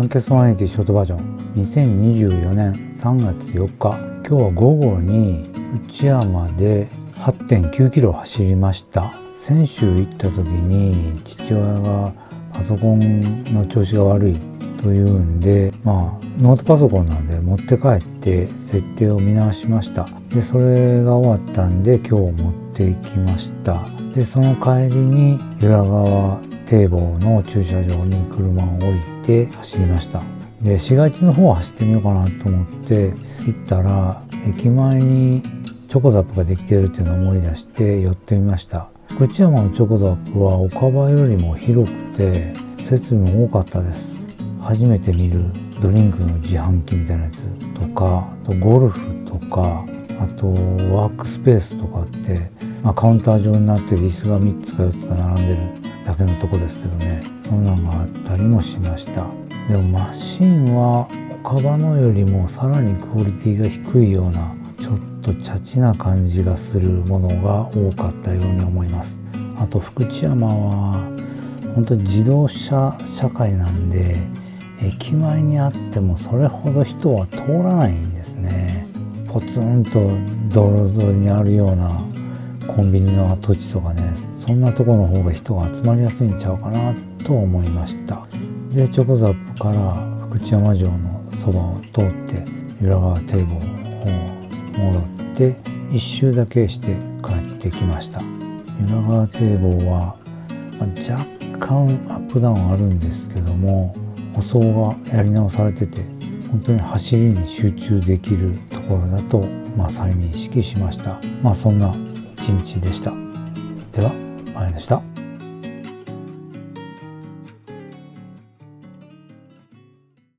サンケイソナリティショートバージョン2024年3月4日、今日は午後に内山で 8.9 キロ走りました。先週行った時に父親がパソコンの調子が悪いというんで、ノートパソコンなんで持って帰って設定を見直しました。でそれが終わったんで今日持っていきました。でその帰りに由良川堤防の駐車場に車を置いて走りました。で市街地の方を走ってみようかなと思って行ったら、駅前にチョコザップができているっていうのを思い出して寄ってみました。内山のチョコザップは岡場よりも広くて設備も多かったです。初めて見るドリンクの自販機みたいなやつとか、あとゴルフとか、あとワークスペースとかって、カウンター状になってる椅子が3つか4つか並んでるだけのとこですけどね、そんなのがあったりもしました。でもマシンは岡場のよりもさらにクオリティが低いような、ちょっとチャチな感じがするものが多かったように思います。あと福知山は本当に自動車社会なんで、駅前にあってもそれほど人は通らないんですね。ポツンと道路沿いにあるようなコンビニの跡地とかね、そんなところの方が人が集まりやすいんちゃうかなと思いました。でチョコザップから福知山城のそばを通って由良川堤防を戻って一周だけして帰ってきました。由良川堤防は若干アップダウンあるんですけども、舗装がやり直されてて本当に走りに集中できるところだと再認識しました。そんな一日でした。では、まやでした。